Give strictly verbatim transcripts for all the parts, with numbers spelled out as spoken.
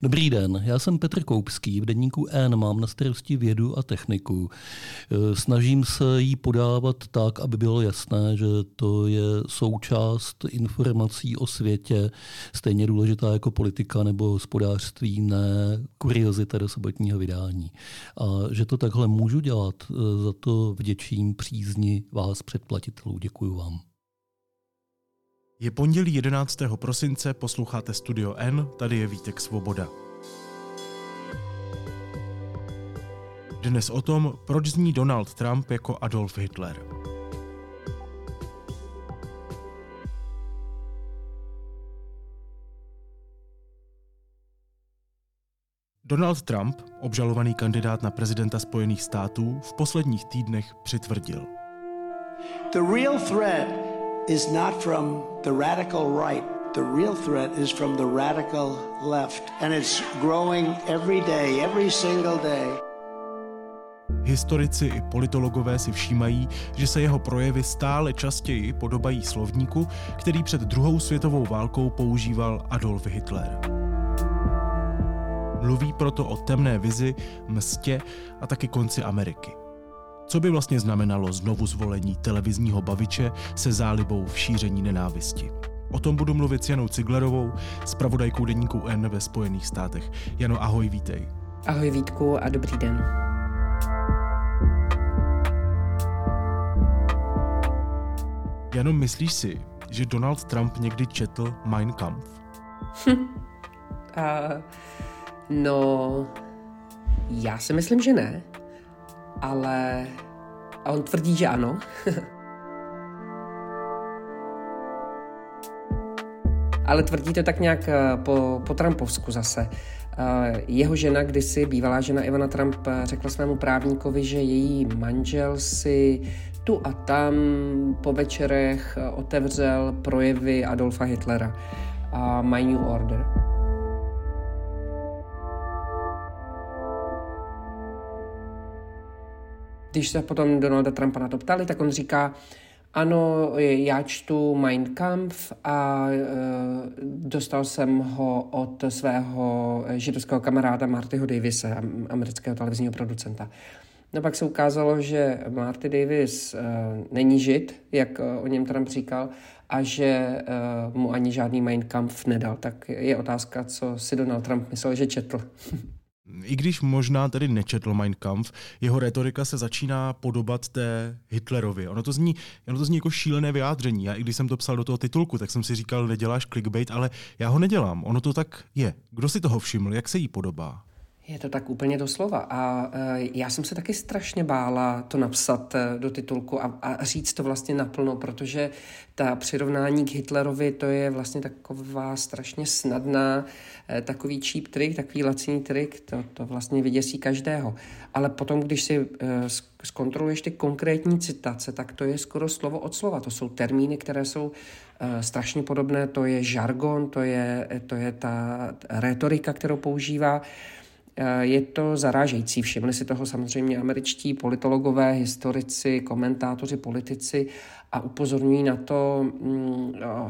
Dobrý den, já jsem Petr Koupský, v deníku N mám na starosti vědu a techniku. Snažím se jí podávat tak, aby bylo jasné, že to je součást informací o světě, stejně důležitá jako politika nebo hospodářství, ne kuriozita do sobotního vydání. A že to takhle můžu dělat, za to vděčím přízni vás předplatitelů. Děkuju vám. Je pondělí jedenáctého prosince, posloucháte Studio N, tady je Vítek Svoboda. Dnes o tom, proč zní Donald Trump jako Adolf Hitler. Donald Trump, obžalovaný kandidát na prezidenta Spojených států, v posledních týdnech přitvrdil. The real threat is not from the radical right. The real threat is from the radical left. And it's growing every day, every single day. Historici i politologové si všímají, že se jeho projevy stále častěji podobají slovníku, který před druhou světovou válkou používal Adolf Hitler. Mluví proto o temné vizi, mstě a taky konci Ameriky. Co by vlastně znamenalo znovu zvolení televizního baviče se zálibou v šíření nenávisti? O tom budu mluvit s Janou Ciglerovou, zpravodajkou deníku N ve Spojených státech. Jano, ahoj, vítej. Ahoj Vítku a dobrý den. Jano, myslíš si, že Donald Trump někdy četl Mein Kampf? Hm. Uh, no, já si myslím, že ne. Ale a on tvrdí, že ano. Ale tvrdí to tak nějak po, po Trumpovsku zase. Jeho žena, kdysi bývalá žena Ivana Trump, řekla svému právníkovi, že její manžel si tu a tam po večerech otevřel projevy Adolfa Hitlera a My New Order. Když se potom Donalda Trumpa na to ptali, tak on říká, ano, já čtu Mein Kampf a e, dostal jsem ho od svého židovského kamaráda Martyho Davise, amerického televizního producenta. No pak se ukázalo, že Marty Davis e, není žid, jak o něm Trump říkal, a že e, mu ani žádný Mein Kampf nedal. Tak je otázka, co si Donald Trump myslel, že četl. I když možná tedy nečetl Mein Kampf, jeho retorika se začíná podobat té Hitlerově. Ono to zní, ono to zní jako šílené vyjádření. Já i když jsem to psal do toho titulku, tak jsem si říkal, neděláš clickbait, ale já ho nedělám. Ono to tak je. Kdo si toho všiml? Jak se jí podobá? Je to tak úplně doslova a e, já jsem se taky strašně bála to napsat e, do titulku a, a říct to vlastně naplno, protože ta přirovnání k Hitlerovi, to je vlastně taková strašně snadná, e, takový cheap trik, takový laciný trik, to, to vlastně vyděsí každého. Ale potom, když si e, zkontroluješ ty konkrétní citace, tak to je skoro slovo od slova. To jsou termíny, které jsou e, strašně podobné, to je žargon, to je, to je ta retorika, kterou používá. Je to zarážející. Všimli si toho samozřejmě američtí politologové, historici, komentátoři, politici a upozorňují na to hm,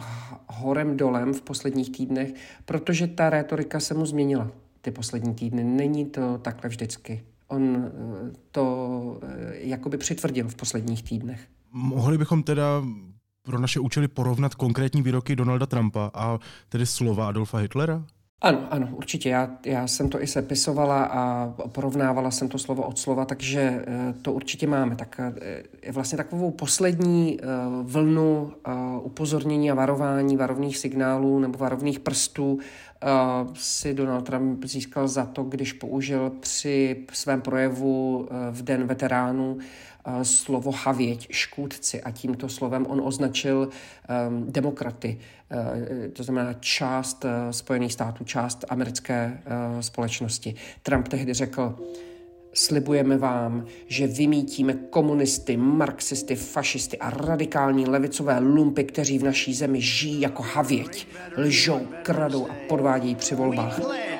horem dolem v posledních týdnech, protože ta rétorika se mu změnila ty poslední týdny. Není to takhle vždycky. On to jakoby přitvrdil v posledních týdnech. Mohli bychom teda pro naše účely porovnat konkrétní výroky Donalda Trumpa a tedy slova Adolfa Hitlera? Ano, ano, určitě. Já, já jsem to i sepisovala a porovnávala jsem to slovo od slova, takže to určitě máme. Tak vlastně takovou poslední vlnu upozornění a varování, varovných signálů nebo varovných prstů si Donald Trump získal za to, když použil při svém projevu v Den veteránů slovo havěť, škůdci, a tímto slovem on označil um, demokraty, uh, to znamená část uh, Spojených států, část americké uh, společnosti. Trump tehdy řekl, slibujeme vám, že vymítíme komunisty, marxisty, fašisty a radikální levicové lumpy, kteří v naší zemi žijí jako havěť, lžou, kradou a podvádějí při volbách.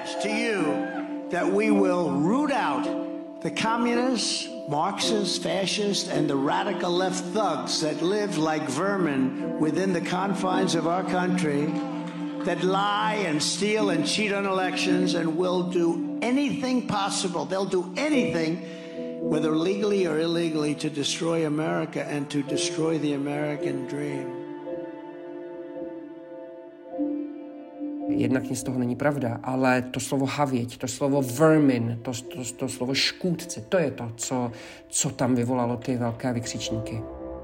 The communists, Marxists, fascists, and the radical left thugs that live like vermin within the confines of our country, that lie and steal and cheat on elections and will do anything possible. They'll do anything, whether legally or illegally, to destroy America and to destroy the American dream. Jednak nic z toho není pravda, ale to slovo havěť, to slovo vermin, to, to, to slovo škůdci, to je to, co, co tam vyvolalo ty velké vykřičníky.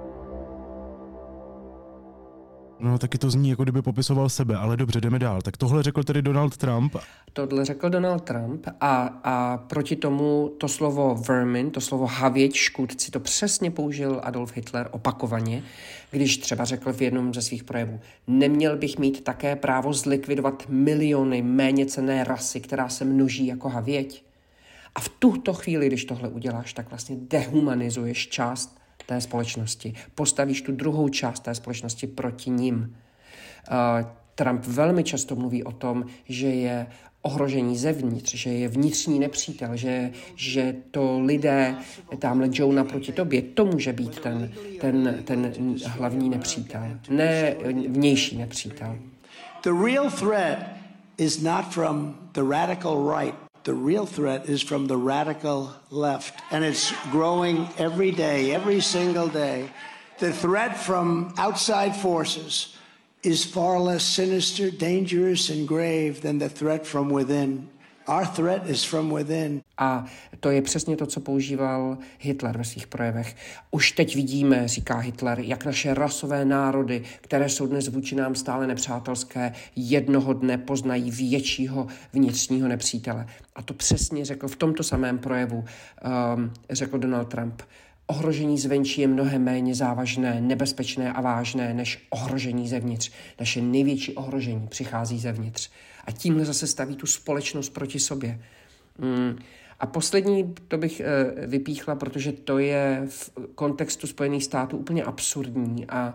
No, taky to zní, jako kdyby popisoval sebe, ale dobře, jdeme dál. Tak tohle řekl tedy Donald Trump. Tohle řekl Donald Trump a, a proti tomu to slovo vermin, to slovo havěť, škůdci, to přesně použil Adolf Hitler opakovaně, když třeba řekl v jednom ze svých projevů: neměl bych mít také právo zlikvidovat miliony méně cenné rasy, která se množí jako havěť. A v tuto chvíli, když tohle uděláš, tak vlastně dehumanizuješ část té společnosti. Postavíš tu druhou část té společnosti proti ním. Uh, Trump velmi často mluví o tom, že je ohrožení zevnitř, že je vnitřní nepřítel, že, že to lidé tamhle jdou naproti tobě. To může být ten, ten, ten hlavní nepřítel, ne vnější nepřítel. The real threat is not from the radical right. The real threat is from the radical left, and it's growing every day, every single day. The threat from outside forces is far less sinister, dangerous, and grave than the threat from within. Our threat is from within. A to je přesně to, co používal Hitler ve svých projevech. Už teď vidíme, říká Hitler, jak naše rasové národy, které jsou dnes vůči nám stále nepřátelské, jednoho dne poznají většího vnitřního nepřítele. A to přesně řekl v tomto samém projevu, um, řekl Donald Trump. Ohrožení zvenčí je mnohem méně závažné, nebezpečné a vážné než ohrožení zevnitř. Naše největší ohrožení přichází zevnitř. A tímhle zase staví tu společnost proti sobě. Mm. A poslední, to bych e, vypíchla, protože to je v kontextu Spojených států úplně absurdní a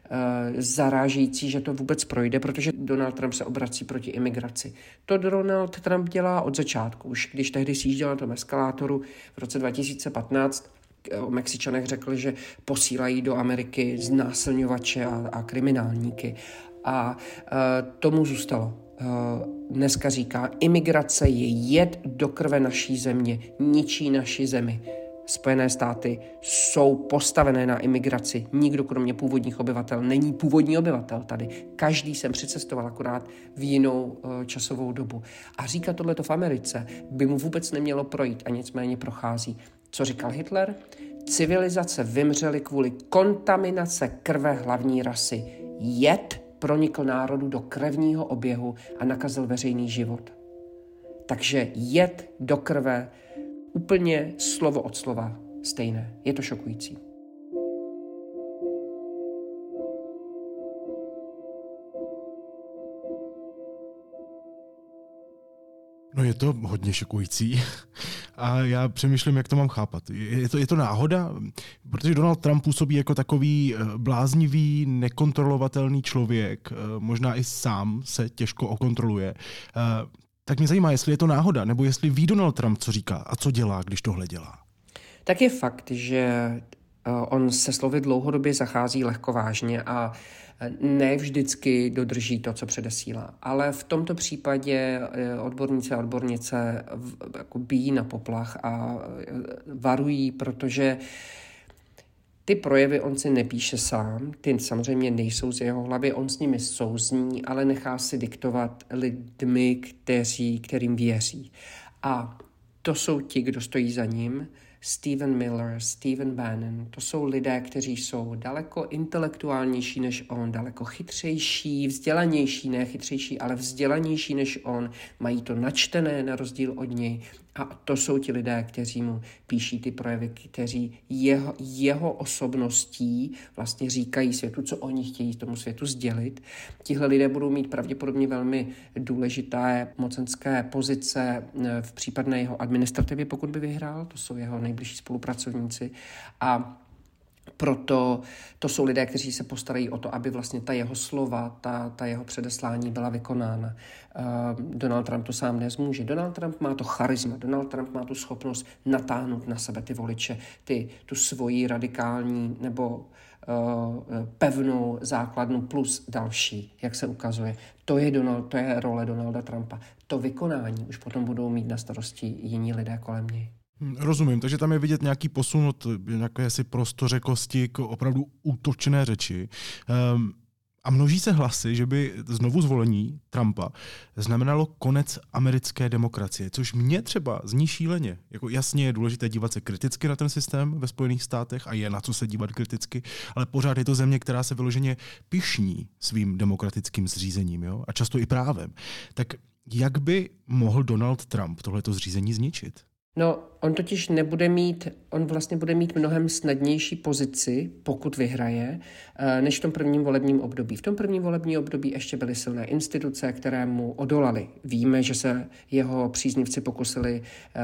e, zarážející, že to vůbec projde, protože Donald Trump se obrací proti imigraci. To Donald Trump dělá od začátku. Už když tehdy sjížděl na tom eskalátoru v roce dva tisíce patnáct, o Mexičanech řekl, že posílají do Ameriky znásilňovače a, a kriminálníky. A e, tomu zůstalo. E, dneska říká, imigrace je jed do krve naší země, ničí naši zemi. Spojené státy jsou postavené na imigraci. Nikdo kromě původních obyvatel není původní obyvatel tady. Každý sem přicestoval akorát v jinou e, časovou dobu. A říkat tohleto v Americe by mu vůbec nemělo projít a nicméně prochází. Co říkal Hitler? Civilizace vymřely kvůli kontaminace krve hlavní rasy. Jed pronikl národu do krevního oběhu a nakazil veřejný život. Takže jed do krve, úplně slovo od slova stejné. Je to šokující. No je to hodně šokující a já přemýšlím, jak to mám chápat. Je to, je to náhoda? Protože Donald Trump působí jako takový bláznivý, nekontrolovatelný člověk, možná i sám se těžko okontroluje. Tak mě zajímá, jestli je to náhoda, nebo jestli ví Donald Trump, co říká a co dělá, když tohle dělá. Tak je fakt, že on se slovy dlouhodobě zachází lehkovážně a ne vždycky dodrží to, co předesílá. Ale v tomto případě odborníci a odbornice jako bijí na poplach a varují, protože ty projevy on si nepíše sám, ty samozřejmě nejsou z jeho hlavy, on s nimi souzní, ale nechá si diktovat lidmi, kteří, kterým věří. A to jsou ti, kdo stojí za ním, Stephen Miller, Stephen Bannon, to jsou lidé, kteří jsou daleko intelektuálnější než on, daleko chytřejší, vzdělanější, ne chytřejší, ale vzdělanější než on, mají to načtené na rozdíl od něj. A to jsou ti lidé, kteří mu píší ty projevy, kteří jeho, jeho osobností vlastně říkají světu, co oni chtějí tomu světu sdělit. Tihle lidé budou mít pravděpodobně velmi důležité mocenské pozice v případné jeho administrativě, pokud by vyhrál, to jsou jeho nejbližší spolupracovníci. A Proto to jsou lidé, kteří se postarají o to, aby vlastně ta jeho slova, ta, ta jeho předeslání byla vykonána. Uh, Donald Trump to sám nezmůže. Donald Trump má to charisma, Donald Trump má tu schopnost natáhnout na sebe ty voliče, ty, tu svoji radikální nebo uh, pevnou základnu plus další, jak se ukazuje. To je, Donald, to je role Donalda Trumpa. To vykonání už potom budou mít na starosti jiní lidé kolem něj. Rozumím, takže tam je vidět nějaký posun od nějaké si prostořekosti k opravdu útočné řeči. Um, a množí se hlasy, že by znovu zvolení Trumpa znamenalo konec americké demokracie, což mě třeba zní šíleně. Jako jasně je důležité dívat se kriticky na ten systém ve Spojených státech a je na co se dívat kriticky, ale pořád je to země, která se vyloženě pyšní svým demokratickým zřízením, jo? A často i právem. Tak jak by mohl Donald Trump tohleto zřízení zničit? No, on totiž nebude mít, on vlastně bude mít mnohem snadnější pozici, pokud vyhraje, než v tom prvním volebním období. V tom prvním volebním období ještě byly silné instituce, které mu odolaly. Víme, že se jeho příznivci pokusili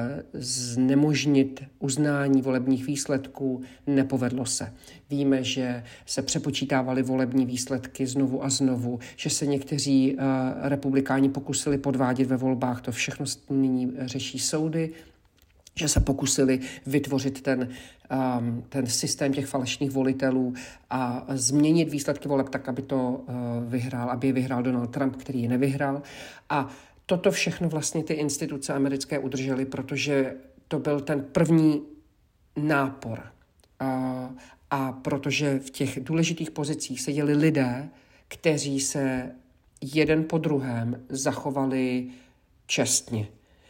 znemožnit uznání volebních výsledků, nepovedlo se. Víme, že se přepočítávaly volební výsledky znovu a znovu, že se někteří republikáni pokusili podvádět ve volbách, to všechno nyní řeší soudy, že se pokusili vytvořit ten, um, ten systém těch falešných volitelů a změnit výsledky voleb tak, aby to uh, vyhrál, aby je vyhrál Donald Trump, který je nevyhrál. A toto všechno vlastně ty instituce americké udržely, protože to byl ten první nápor. Uh, a protože v těch důležitých pozicích seděli lidé, kteří se jeden po druhém zachovali čestně.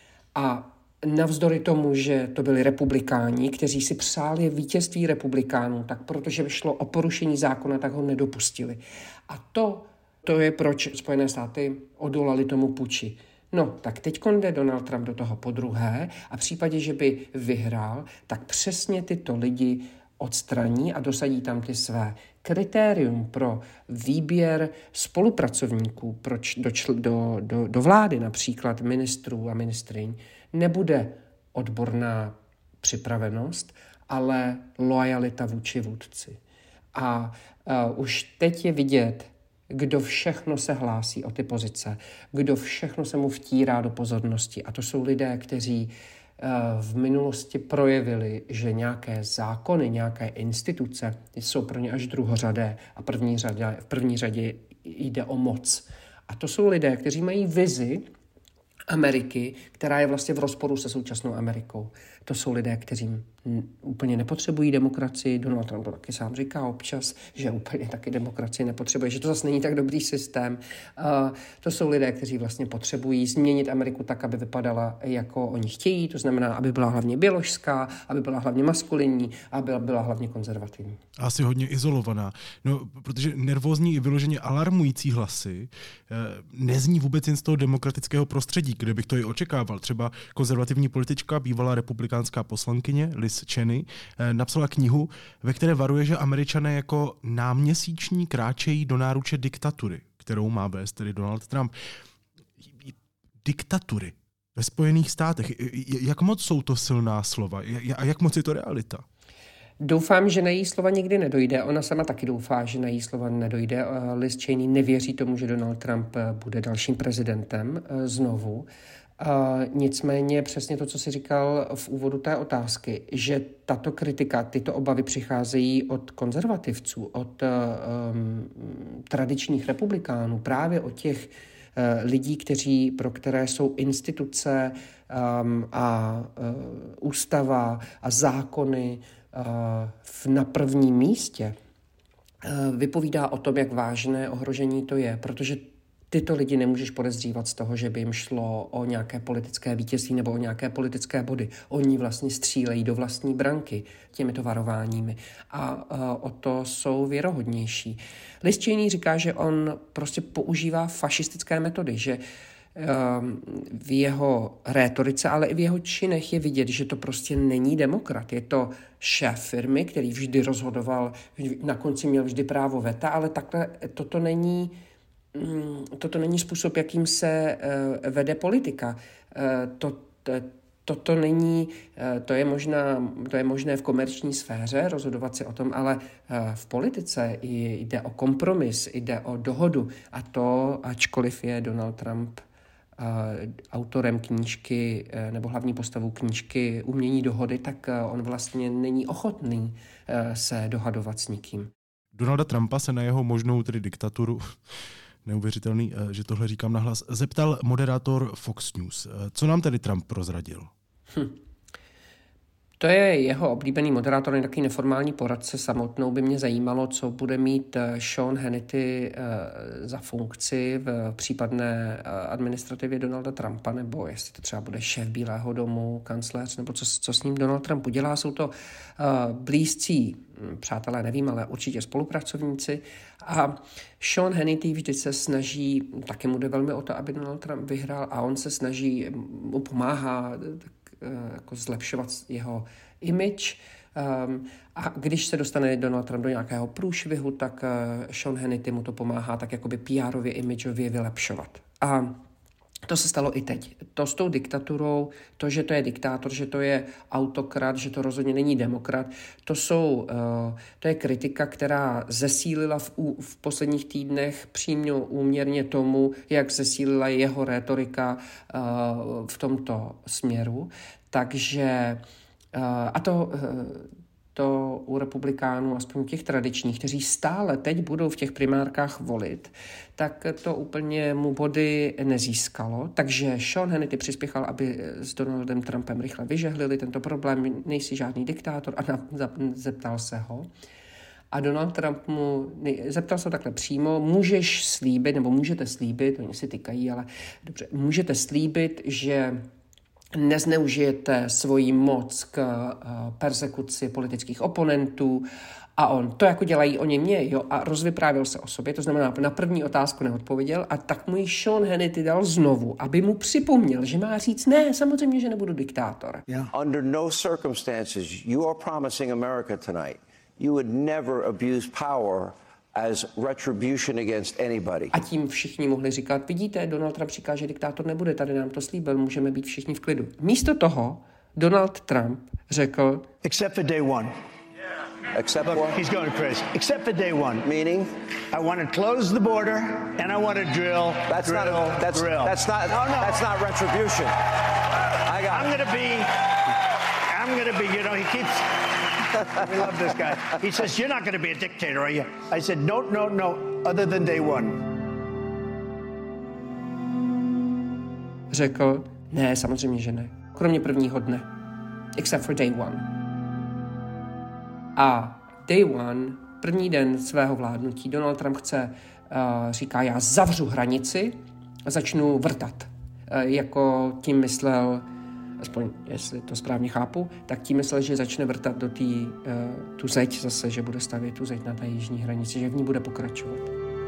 A navzdory tomu, že to byli republikáni, kteří si přáli vítězství republikánů, tak protože by šlo o porušení zákona, tak ho nedopustili. A to, to je, proč Spojené státy odolali tomu puči. No, tak teď jde Donald Trump do toho podruhé a v případě, že by vyhrál, tak přesně tyto lidi odstraní a dosadí tam ty své. Kritérium pro výběr spolupracovníků proč do, do, do, do vlády, například ministrů a ministryň, nebude odborná připravenost, ale loajalita vůči vůdci. A uh, už teď je vidět, kdo všechno se hlásí o ty pozice, kdo všechno se mu vtírá do pozornosti. A to jsou lidé, kteří uh, v minulosti projevili, že nějaké zákony, nějaké instituce jsou pro ně až druhořadé a první řadě, v první řadě jde o moc. A to jsou lidé, kteří mají vizi Ameriky, která je vlastně v rozporu se současnou Amerikou. To jsou lidé, kteří úplně nepotřebují demokracii. Donald Trump to taky sám říká občas, že úplně taky demokracii nepotřebuje, že to zase není tak dobrý systém. Uh, to jsou lidé, kteří vlastně potřebují změnit Ameriku tak, aby vypadala, jako oni chtějí. To znamená, aby byla hlavně běložská, aby byla hlavně maskulinní, aby byla hlavně konzervativní. Asi hodně izolovaná. No, protože nervózní i vyloženě alarmující hlasy eh, nezní vůbec jen z toho demokratického prostředí, kde bych to i očekával. Třeba konzervativní politička, bývalá republikánská poslankyně Liz Cheney, eh, napsala knihu, ve které varuje, že Američané jako náměsíční kráčejí do náruče diktatury, kterou má vést tedy Donald Trump. Diktatury ve Spojených státech. Jak moc jsou to silná slova a jak moc je to realita? Doufám, že na její slova nikdy nedojde. Ona sama taky doufá, že na její slova nedojde. Liz Cheney nevěří tomu, že Donald Trump bude dalším prezidentem znovu. Nicméně přesně to, co jsi říkal v úvodu té otázky, že tato kritika, tyto obavy přicházejí od konzervativců, od um, tradičních republikánů, právě od těch uh, lidí, kteří, pro které jsou instituce um, a uh, ústava a zákony uh, na prvním místě, uh, vypovídá o tom, jak vážné ohrožení to je, protože tyto lidi nemůžeš podezřívat z toho, že by jim šlo o nějaké politické vítězství nebo o nějaké politické body. Oni vlastně střílejí do vlastní branky těmito varováními a uh, o to jsou věrohodnější. Liz Cheney říká, že on prostě používá fašistické metody, že um, v jeho rétorice, ale i v jeho činech je vidět, že to prostě není demokrat. Je to šéf firmy, který vždy rozhodoval, na konci měl vždy právo veta, ale takhle toto není Toto není způsob, jakým se uh, vede politika. Uh, to, to, toto není, to je, možná, to je možné v komerční sféře rozhodovat si o tom, ale v politice jde o kompromis, jde o dohodu. A to, ačkoliv je Donald Trump autorem knížky nebo hlavní postavou knížky Umění dohody, tak on vlastně není ochotný se dohadovat s nikým. Donalda Trumpa se na jeho možnou tedy diktaturu, neuvěřitelný, že tohle říkám nahlas, zeptal moderátor Fox News. Co nám tedy Trump prozradil? Hm. To je jeho oblíbený moderátor, je takový neformální poradce. Samotnou by mě zajímalo, co bude mít Sean Hannity za funkci v případné administrativě Donalda Trumpa, nebo jestli to třeba bude šéf Bílého domu, kancléř, nebo co, co s ním Donald Trump udělá. Jsou to blízcí přátelé, nevím, ale určitě spolupracovníci. A Sean Hannity vždy se snaží, taky mu jde velmi o to, aby Donald Trump vyhrál, a on se snaží, mu pomáhá jako zlepšovat jeho image. Um, a když se dostane Donald Trump do nějakého průšvihu, tak uh, Sean Hannity mu to pomáhá tak jakoby P R-ově, imageově vylepšovat. A to se stalo i teď. To s tou diktaturou, to, že to je diktátor, že to je autokrat, že to rozhodně není demokrat, to jsou, uh, to je kritika, která zesílila v, v posledních týdnech přímě úměrně tomu, jak zesílila jeho rétorika uh, v tomto směru. Takže, uh, a to... Uh, to u republikánů, aspoň těch tradičních, kteří stále teď budou v těch primárkách volit, tak to úplně mu body nezískalo. Takže Sean Hannity přispěchal, aby s Donaldem Trumpem rychle vyžehlili tento problém, nejsi žádný diktátor, a na, zeptal se ho. A Donald Trump mu zeptal se takhle přímo, můžeš slíbit, nebo můžete slíbit, oni si tykají, ale dobře, můžete slíbit, že nezneužijete svoji moc k persekuci politických oponentů. A on, to jako dělají oni mě, jo, a rozvyprávěl se o sobě, to znamená, na první otázku neodpověděl, a tak mu ji Sean Hannity dal znovu, aby mu připomněl, že má říct, ne, samozřejmě, že nebudu diktátor. Yeah. Under no circumstances you are promising America tonight you would never abuse power as retribution against anybody. A tím všichni mohli říkat, vidíte, Donald Trump říká, že diktátor nebude, tady nám to slíbil, můžeme být všichni v klidu. Místo toho Donald Trump řekl, except for day one. Except Look, what? he's going crazy. Except for day one. Meaning? I want to close the border and I want to drill, That's drill, not a, that's, drill. that's not no, no. that's not retribution. I got I'm going to be I'm going to be, you know, he keeps we love this guy. He says, you're not going to be a dictator, are you? I said, no, no, no, other than day one. Řekl, ne, samozřejmě, že ne. Kromě prvního dne. Except for day one. A day one, první den svého vládnutí, Donald Trump chce, uh, říká, já zavřu hranici a začnu vrtat. Uh, jako tím myslel, aspoň jestli to správně chápu, tak tím myslel, že začne vrtat do té, uh, tu zeď zase, že bude stavět tu zeď na té jižní hranici, že v ní bude pokračovat.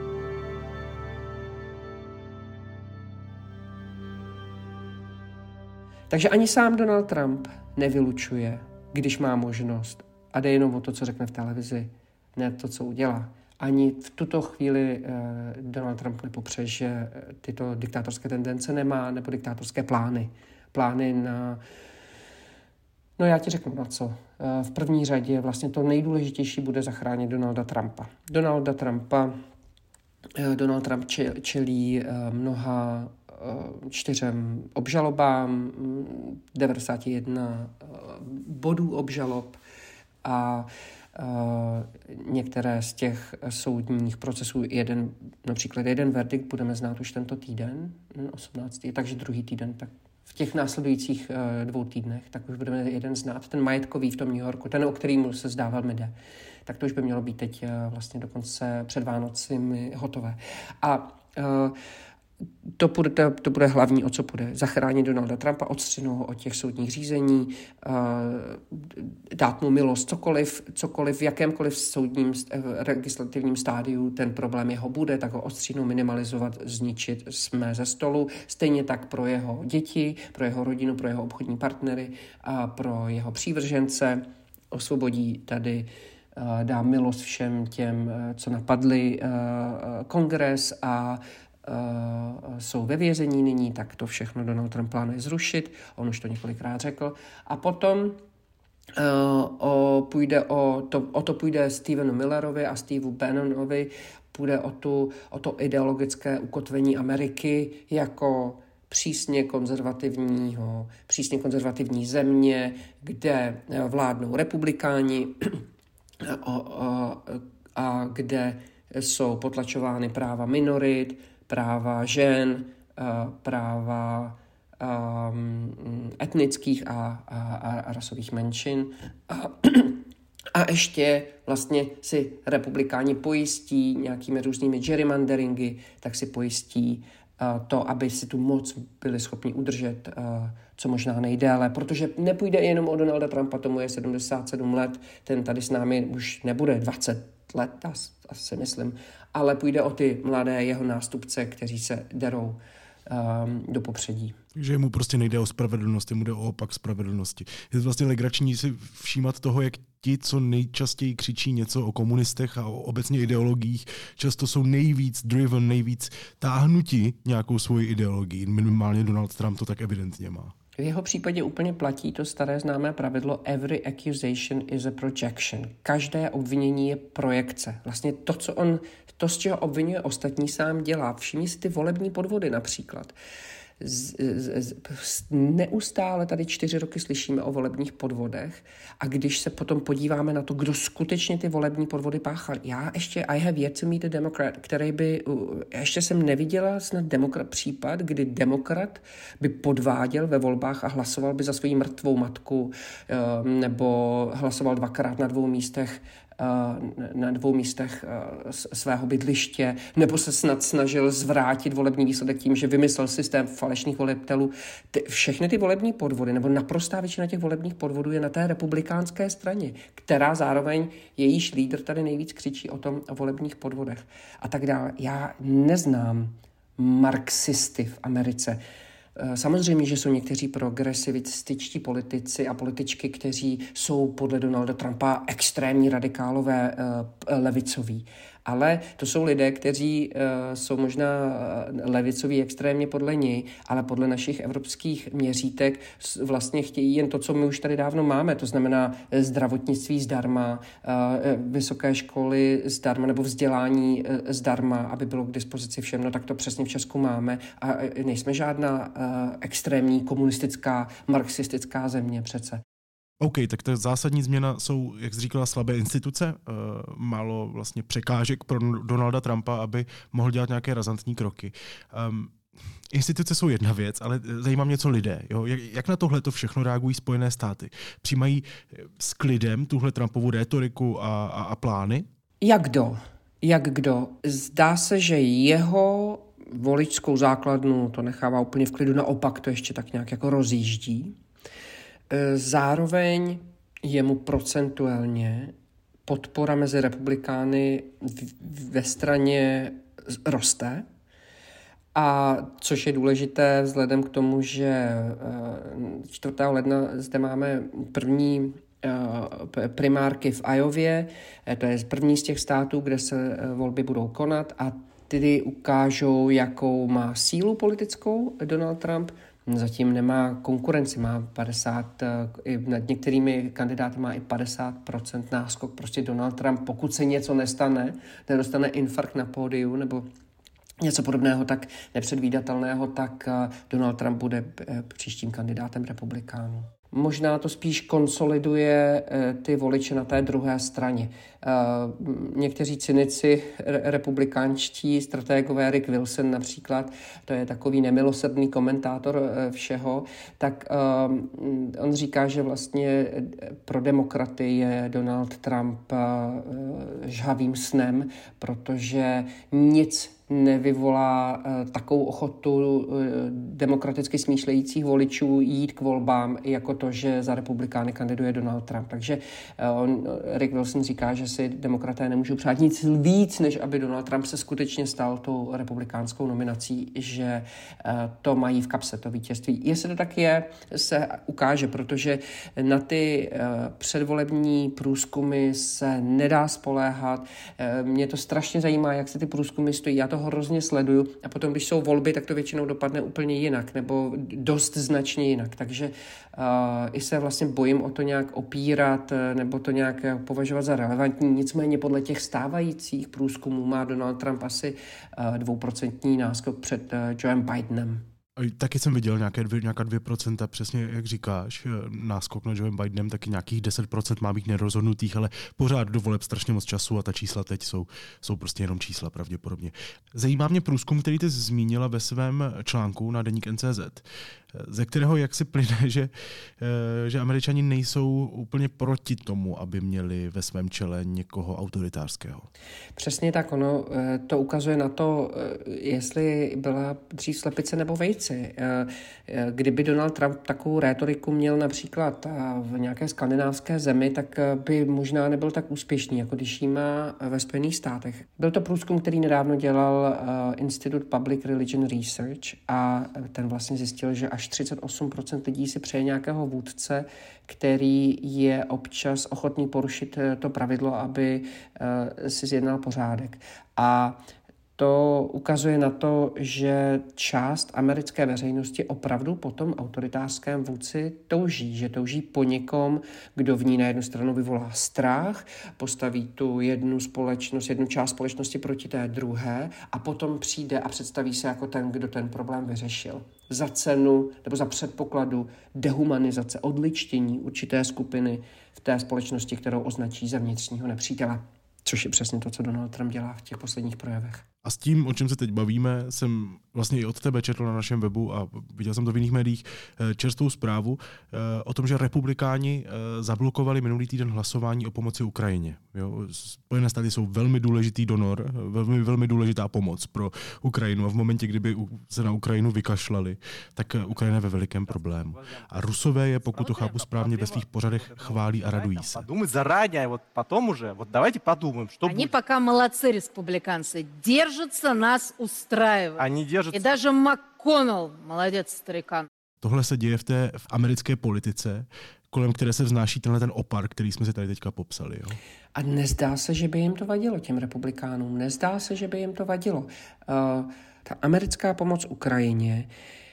Takže ani sám Donald Trump nevylučuje, když má možnost, a jde jenom o to, co řekne v televizi, ne to, co udělá. Ani v tuto chvíli eh, Donald Trump nepopře, že tyto diktátorské tendence nemá, nebo diktátorské plány. Plány na... No já ti řeknu na co. Eh, v první řadě vlastně to nejdůležitější bude zachránit Donalda Trumpa. Donalda Trumpa, eh, Donald Trump čelí eh, mnoha čtyřem obžalobám, devadesát jedna bodů obžalob, a některé z těch soudních procesů, jeden, například jeden verdikt budeme znát už tento týden, osmnáctého takže druhý týden, tak v těch následujících dvou týdnech, tak už budeme jeden znát, ten majetkový v tom New Yorku, ten, o kterýmu se zdá velmi jde, tak to už by mělo být teď vlastně dokonce před Vánocemi hotové. A To bude, to bude hlavní, o co bude. Zachránit Donalda Trumpa, odstřihnout ho od těch soudních řízení, dát mu milost, cokoliv, cokoliv v jakémkoliv soudním legislativním stádiu ten problém jeho bude, tak ho odstřihnout, minimalizovat, zničit, jsme ze stolu. Stejně tak pro jeho děti, pro jeho rodinu, pro jeho obchodní partnery a pro jeho přívržence. Osvobodí tady, dá milost všem těm, co napadli kongres, a jsou ve vězení nyní, tak to všechno Donald Trump plánuje zrušit, on už to několikrát řekl. A potom uh, o, půjde o, to, o to půjde Stevenu Millerovi a Steveu Bannonovi, půjde o, tu, o to ideologické ukotvení Ameriky jako přísně konzervativního, přísně konzervativní země, kde vládnou republikáni a, a, a kde jsou potlačovány práva minorit, práva žen, práva um, etnických a, a, a rasových menšin. A, a ještě vlastně si republikáni pojistí nějakými různými gerrymanderingy, tak si pojistí uh, to, aby si tu moc byli schopni udržet uh, co možná nejdéle, protože nepůjde jenom o Donalda Trumpa, tomu je sedmdesát sedm let, ten tady s námi už nebude dvacet let, asi myslím, ale půjde o ty mladé jeho nástupce, kteří se derou um, do popředí. Takže mu prostě nejde o spravedlnost, mu jde o opak spravedlnosti. Je vlastně legrační si všímat toho, jak ti, co nejčastěji křičí něco o komunistech a o obecně ideologiích, často jsou nejvíc driven, nejvíc táhnutí nějakou svoji ideologii. Minimálně Donald Trump to tak evidentně má. V jeho případě úplně platí to staré známé pravidlo every accusation is a projection. Každé obvinění je projekce. Vlastně to, co on, to, z čeho obvinuje ostatní, sám dělá. Všimni si ty volební podvody například. Z, z, z, neustále tady čtyři roky slyšíme o volebních podvodech a když se potom podíváme na to, kdo skutečně ty volební podvody páchal. Já ještě, I have yet to meet a Democrat, který by, ještě jsem neviděla snad demokrat, případ, kdy demokrat by podváděl ve volbách a hlasoval by za svou mrtvou matku nebo hlasoval dvakrát na dvou místech na dvou místech svého bydliště, nebo se snad snažil zvrátit volební výsledek tím, že vymyslel systém falešných volebitelů. Ty, všechny ty volební podvody, nebo naprostá většina těch volebních podvodů je na té republikánské straně, která zároveň jejíž lídr tady nejvíc křičí o tom, o volebních podvodech a tak dále. Já neznám marxisty v Americe. Samozřejmě, že jsou někteří progresivističtí politici a političky, kteří jsou podle Donalda Trumpa extrémní radikálové levicoví. Ale to jsou lidé, kteří uh, jsou možná levicoví extrémně podle něj, ale podle našich evropských měřítek vlastně chtějí jen to, co my už tady dávno máme, to znamená zdravotnictví zdarma, uh, vysoké školy zdarma nebo vzdělání uh, zdarma, aby bylo k dispozici všem. No tak to přesně v Česku máme a nejsme žádná uh, extrémní komunistická, marxistická země přece. OK, tak ta zásadní změna jsou, jak jsi říkala, slabé instituce, uh, málo vlastně překážek pro Donalda Trumpa, aby mohl dělat nějaké razantní kroky. Um, instituce jsou jedna věc, ale zajímá mě, co lidé. Jo? Jak, jak na tohle to všechno reagují Spojené státy? Přijímají s klidem tuhle Trumpovu rétoriku a, a, a plány? Jak kdo? Jak kdo? Zdá se, že jeho voličskou základnu to nechává úplně v klidu, naopak to ještě tak nějak jako rozjíždí. Zároveň je mu procentuálně podpora mezi republikány ve straně roste, a což je důležité vzhledem k tomu, že čtvrtého ledna zde máme první primárky v Iově, to je první z těch států, kde se volby budou konat a tedy ukážou, jakou má sílu politickou Donald Trump. Zatím nemá konkurenci, má padesát, i nad některými kandidáty má i padesát procent náskok. Prostě Donald Trump, pokud se něco nestane, nedostane infarkt na pódiu nebo něco podobného, tak nepředvídatelného, tak Donald Trump bude příštím kandidátem republikánů. Možná to spíš konsoliduje ty voliče na té druhé straně. Někteří cynici republikánští strategové, Rick Wilson například, to je takový nemilosrdný komentátor všeho, tak on říká, že vlastně pro demokraty je Donald Trump žhavým snem, protože nic nevyvolá takovou ochotu demokraticky smýšlejících voličů jít k volbám, jako to to, že za republikány kandiduje Donald Trump. Takže on, Rick Wilson říká, že si demokraté nemůžou přát nic víc, než aby Donald Trump se skutečně stal tou republikánskou nominací, že to mají v kapse, to vítězství. Jestli to tak je, se ukáže, protože na ty předvolební průzkumy se nedá spoléhat. Mě to strašně zajímá, jak se ty průzkumy stojí. Já to hrozně sleduju a potom, když jsou volby, tak to většinou dopadne úplně jinak nebo dost značně jinak. Takže uh, i se vlastně bojím o to nějak opírat nebo to nějak považovat za relevantní. Nicméně podle těch stávajících průzkumů má Donald Trump asi uh, dvouprocentní náskok před uh, Joeem Bidenem. Taky jsem viděl nějaké dvě, nějaká dvě procenta, přesně jak říkáš, náskok na Joeem Bidenem, taky nějakých deset procent má být nerozhodnutých, ale pořád do voleb strašně moc času a ta čísla teď jsou, jsou prostě jenom čísla pravděpodobně. Zajímá mě průzkum, který ty zmínila ve svém článku na deník N C Z, ze kterého jak si plyne, že, že Američani nejsou úplně proti tomu, aby měli ve svém čele někoho autoritářského. Přesně tak, ono to ukazuje na to, jestli byla dřív slepice nebo vejce. Kdyby Donald Trump takovou rétoriku měl například v nějaké skandinávské zemi, tak by možná nebyl tak úspěšný, jako když jí má ve Spojených státech. Byl to průzkum, který nedávno dělal Institute Public Religion Research a ten vlastně zjistil, že až třicet osm procent lidí si přeje nějakého vůdce, který je občas ochotný porušit to pravidlo, aby si zjednal pořádek. A to ukazuje na to, že část americké veřejnosti opravdu po tom autoritářském vůdci touží, že touží po někom, kdo v ní na jednu stranu vyvolá strach, postaví tu jednu společnost, jednu část společnosti proti té druhé a potom přijde a představí se jako ten, kdo ten problém vyřešil. Za cenu nebo za předpokladu dehumanizace, odličtění určité skupiny v té společnosti, kterou označí za vnitřního nepřítele. Což je přesně to, co Donald Trump dělá v těch posledních projevech. A s tím, o čem se teď bavíme, jsem vlastně i od tebe četl na našem webu a viděl jsem to v jiných médiích čerstvou zprávu o tom, že republikáni zablokovali minulý týden hlasování o pomoci Ukrajině. Jo? Spojené státy jsou velmi důležitý donor, velmi, velmi důležitá pomoc pro Ukrajinu a v momentě, kdyby se na Ukrajinu vykašlali, tak Ukrajina je ve velikém problému. A Rusové je, pokud to chápu správně, ve svých pořadech chválí a radují se. Они пока молодцы, республиканцы, держатся, нас устраивают. Они держатся. И даже МакКоннелл, молодец, старикан. Tohle se děje v té v americké politice, kolem které se vznáší tenhle ten opar, který jsme si tady teďka popsali. Jo? A nezdá se, že by jim to vadilo, těm republikánům. Nezdá se, že by jim to vadilo. Uh, ta americká pomoc Ukrajině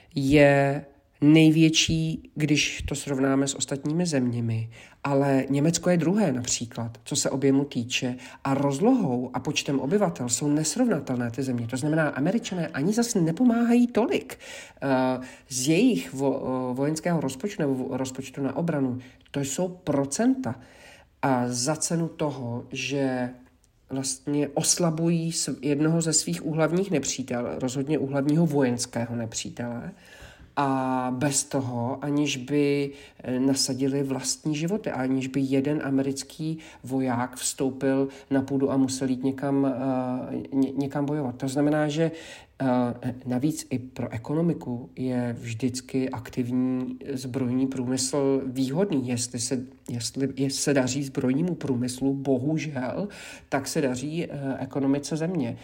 je největší, když to srovnáme s ostatními zeměmi, ale Německo je druhé například, co se objemu týče a rozlohou a počtem obyvatel jsou nesrovnatelné ty země. To znamená, Američané ani zase nepomáhají tolik. Z jejich vo, vojenského rozpočtu nebo rozpočtu na obranu, to jsou procenta. A za cenu toho, že vlastně oslabují jednoho ze svých úhlavních nepřítel, rozhodně úhlavního vojenského nepřítele, a bez toho, aniž by nasadili vlastní životy, aniž by jeden americký voják vstoupil na půdu a musel jít někam, někam bojovat. To znamená, že navíc i pro ekonomiku je vždycky aktivní zbrojní průmysl výhodný. Jestli se, jestli se daří zbrojnímu průmyslu, bohužel, tak se daří ekonomice země.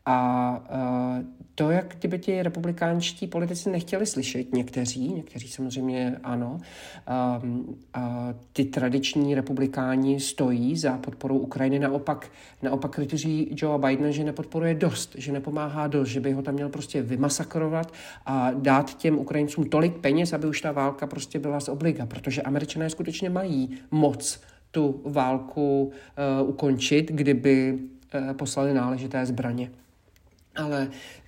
A to, jak kdyby ti republikánští politici nechtěli slyšet, někteří, někteří samozřejmě ano, a, a ty tradiční republikáni stojí za podporou Ukrajiny, naopak, naopak kritizují Joea Bidena, že nepodporuje dost, že nepomáhá dost, že by ho tam měl prostě vymasakrovat a dát těm Ukrajincům tolik peněz, aby už ta válka prostě byla z obliga, protože Američané skutečně mají moc tu válku uh, ukončit, kdyby uh, poslali náležité zbraně. Ale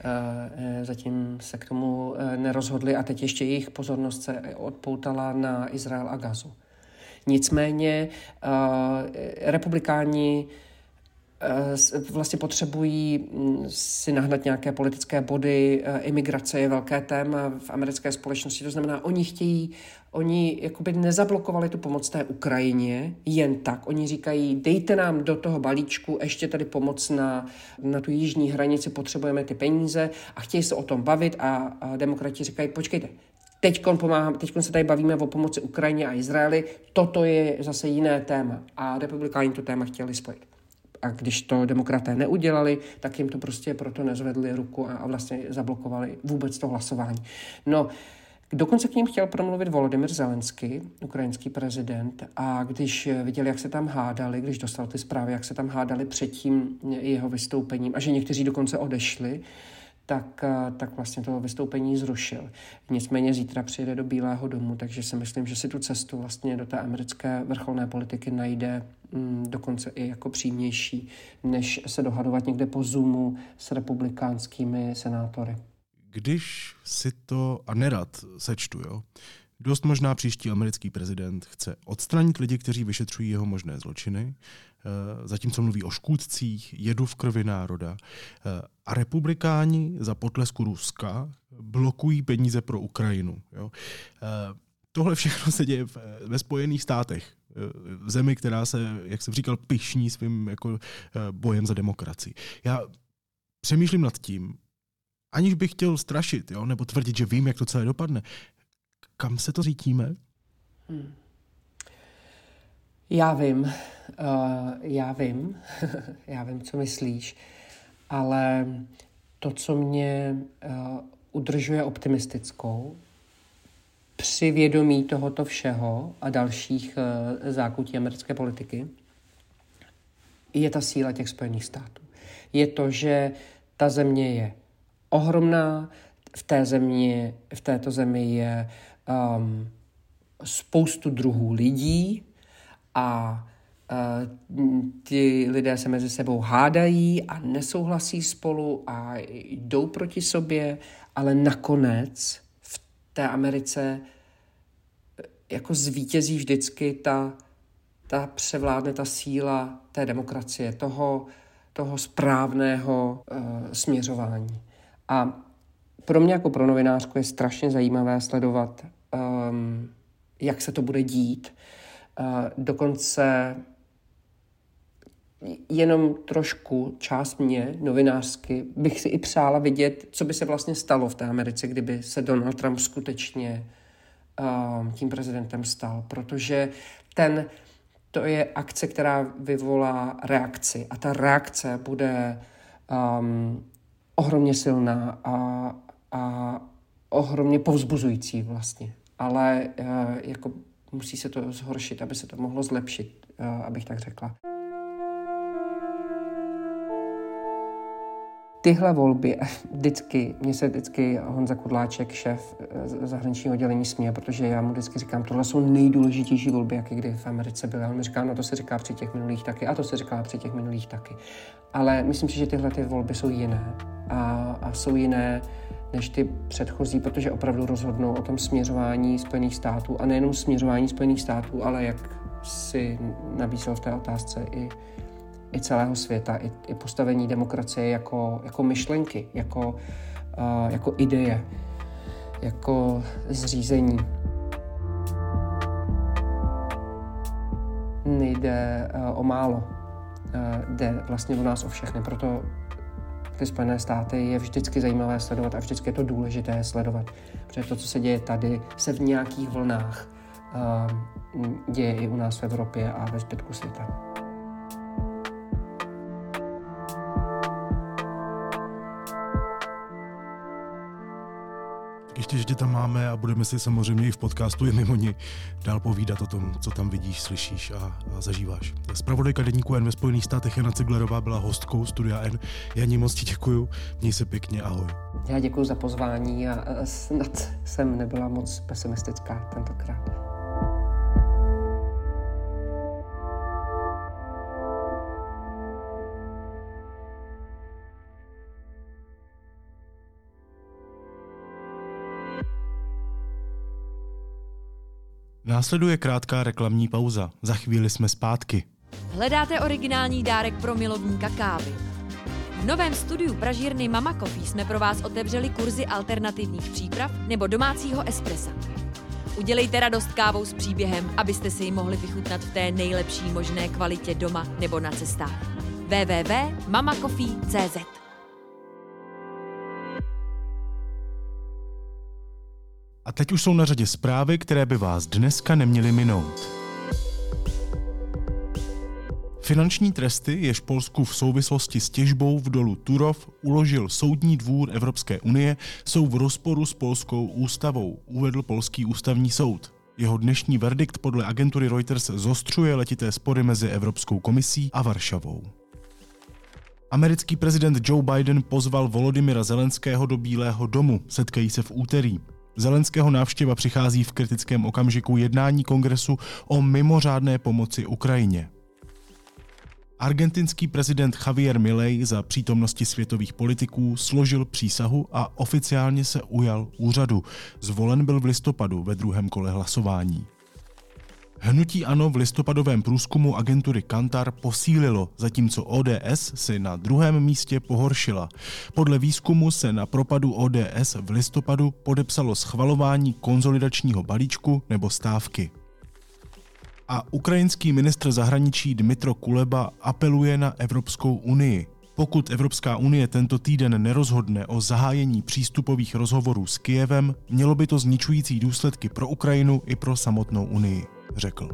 uh, zatím se k tomu uh, nerozhodli a teď ještě jejich pozornost se odpoutala na Izrael a Gazu. Nicméně uh, republikáni uh, vlastně potřebují si nahnat nějaké politické body. Uh, imigrace je velké téma v americké společnosti, to znamená, oni chtějí Oni jakoby nezablokovali tu pomoc té Ukrajině jen tak. Oni říkají, dejte nám do toho balíčku ještě tady pomoc na, na tu jižní hranici, potřebujeme ty peníze a chtějí se o tom bavit a, a demokrati říkají, počkejte, teďkon, pomáhám, teďkon se tady bavíme o pomoci Ukrajině a Izraeli, toto je zase jiné téma a republikáni to téma chtěli spojit. A když to demokraté neudělali, tak jim to prostě proto nezvedli ruku a, a vlastně zablokovali vůbec to hlasování. No, dokonce k ním chtěl promluvit Volodymyr Zelenský, ukrajinský prezident, a když viděl, jak se tam hádali, když dostal ty zprávy, jak se tam hádali před tím jeho vystoupením a že někteří dokonce odešli, tak, tak vlastně to vystoupení zrušil. Nicméně zítra přijede do Bílého domu, takže si myslím, že si tu cestu vlastně do té americké vrcholné politiky najde mm, dokonce i jako přímější, než se dohadovat někde po Zoomu s republikánskými senátory. Když si to, a nerad sečtu, jo, dost možná příští americký prezident chce odstranit lidi, kteří vyšetřují jeho možné zločiny, zatímco mluví o škůdcích, jedu v krvi národa. A republikáni za potlesku Ruska blokují peníze pro Ukrajinu. Jo. Tohle všechno se děje ve Spojených státech. V zemi, která se, jak jsem říkal, pyšní svým jako bojem za demokracii. Já přemýšlím nad tím, aniž bych chtěl strašit, jo, nebo tvrdit, že vím, jak to celé dopadne. Kam se to řítíme? Hmm. Já vím, uh, já vím, já vím, co myslíš, ale to, co mě uh, udržuje optimistickou při vědomí tohoto všeho a dalších uh, zákutí americké politiky, je ta síla těch Spojených států. Je to, že ta země je ohromná, v té země, v této zemi je um, spoustu druhů lidí a uh, ti lidé se mezi sebou hádají a nesouhlasí spolu a jdou proti sobě, ale nakonec v té Americe jako zvítězí vždycky ta, ta převládne ta síla té demokracie, toho, toho správného uh, směřování. A pro mě jako pro novinářku je strašně zajímavé sledovat, um, jak se to bude dít. Uh, dokonce jenom trošku, část mě, novinářsky, bych si i přála vidět, co by se vlastně stalo v té Americe, kdyby se Donald Trump skutečně um, tím prezidentem stal. Protože ten, to je akce, která vyvolá reakci. A ta reakce bude um, ohromně silná a, a ohromně povzbuzující vlastně. Ale uh, jako musí se to zhoršit, aby se to mohlo zlepšit, uh, abych tak řekla. Tyhle volby, vždycky, mě se vždycky Honza Kudláček, šéf zahraničního oddělení, směje, protože já mu vždycky říkám, tohle jsou nejdůležitější volby, jaké kdy v Americe byly. A on mi říká, no to se říká při těch minulých taky a to se říká při těch minulých taky. Ale myslím si, že tyhle ty volby jsou jiné a, a jsou jiné než ty předchozí, protože opravdu rozhodnou o tom směřování Spojených států a nejenom směřování Spojených států, ale jak si nabízel v té otázce i i celého světa, i, i postavení demokracie jako, jako myšlenky, jako, uh, jako ideje, jako zřízení. Nejde uh, o málo, uh, jde vlastně o nás o všechny, proto ty Spojené státy je vždycky zajímavé sledovat a vždycky je to důležité sledovat, protože to, co se děje tady, se v nějakých vlnách uh, děje i u nás v Evropě a ve zbytku světa. Ještě, že tě tam máme a budeme si samozřejmě i v podcastu Je mimo ní dál povídat o tom, co tam vidíš, slyšíš a, a zažíváš. Zpravodajka deníku N ve Spojených státech Jana Ciglerová byla hostkou Studia N. Janí, moc ti děkuju, měj se pěkně, ahoj. Já děkuju za pozvání a snad jsem nebyla moc pesimistická tentokrát. Následuje krátká reklamní pauza. Za chvíli jsme zpátky. Hledáte originální dárek pro milovníka kávy? V novém studiu pražírny Mama Coffee jsme pro vás otevřeli kurzy alternativních příprav nebo domácího espressa. Udělejte radost kávou s příběhem, abyste si ji mohli vychutnat v té nejlepší možné kvalitě doma nebo na cestách. w w w tečka mama coffee tečka c z A teď už jsou na řadě zprávy, které by vás dneska neměly minout. Finanční tresty, jež Polsku v souvislosti s těžbou v dolu Turów uložil Soudní dvůr Evropské unie, jsou v rozporu s polskou ústavou, uvedl polský ústavní soud. Jeho dnešní verdikt podle agentury Reuters zostřuje letité spory mezi Evropskou komisí a Varšavou. Americký prezident Joe Biden pozval Volodymyra Zelenského do Bílého domu, setkají se v úterý. Zelenského návštěva přichází v kritickém okamžiku jednání kongresu o mimořádné pomoci Ukrajině. Argentinský prezident Javier Milei za přítomnosti světových politiků složil přísahu a oficiálně se ujal úřadu. Zvolen byl v listopadu ve druhém kole hlasování. Hnutí ANO v listopadovém průzkumu agentury Kantar posílilo, zatímco O D S si na druhém místě pohoršila. Podle výzkumu se na propadu O D S v listopadu podepsalo schvalování konsolidačního balíčku nebo stávky. A ukrajinský ministr zahraničí Dmytro Kuleba apeluje na Evropskou unii. Pokud Evropská unie tento týden nerozhodne o zahájení přístupových rozhovorů s Kyjevem, mělo by to zničující důsledky pro Ukrajinu i pro samotnou unii, řekl.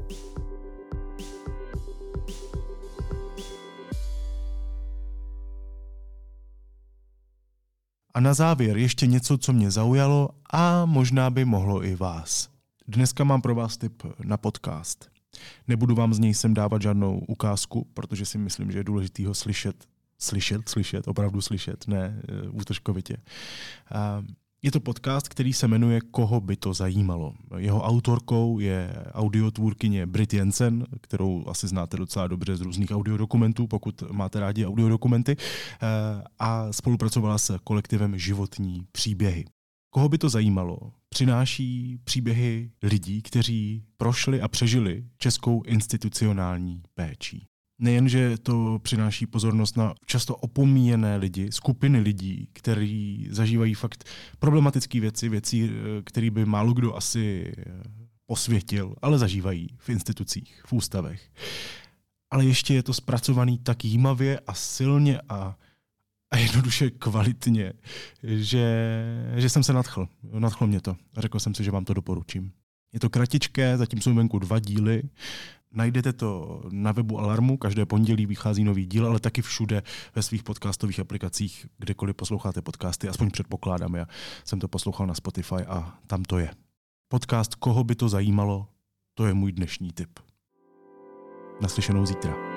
A na závěr ještě něco, co mě zaujalo a možná by mohlo i vás. Dneska mám pro vás tip na podcast. Nebudu vám z něj sem dávat žádnou ukázku, protože si myslím, že je důležitý ho slyšet. Slyšet, slyšet, opravdu slyšet, ne útržkovitě. Je to podcast, který se jmenuje Koho by to zajímalo. Jeho autorkou je audiotvůrkyně Brit Jensen, kterou asi znáte docela dobře z různých audiodokumentů, pokud máte rádi audiodokumenty, a spolupracovala s kolektivem Životní příběhy. Koho by to zajímalo? Přináší příběhy lidí, kteří prošli a přežili českou institucionální péčí. Nejenže to přináší pozornost na často opomíjené lidi, skupiny lidí, kteří zažívají fakt problematické věci, věci, které by málo kdo asi posvětil, ale zažívají v institucích, v ústavech. Ale ještě je to zpracovaný tak jímavě a silně a A jednoduše kvalitně, že, že jsem se nadchl. Nadchlo mě to. Řekl jsem si, že vám to doporučím. Je to kratičké, zatím jsou venku dva díly. Najdete to na webu Alarmu, každé pondělí vychází nový díl, ale taky všude ve svých podcastových aplikacích, kdekoliv posloucháte podcasty, aspoň předpokládám. Já jsem to poslouchal na Spotify a tam to je. Podcast Koho by to zajímalo, to je můj dnešní tip. Naslyšenou zítra.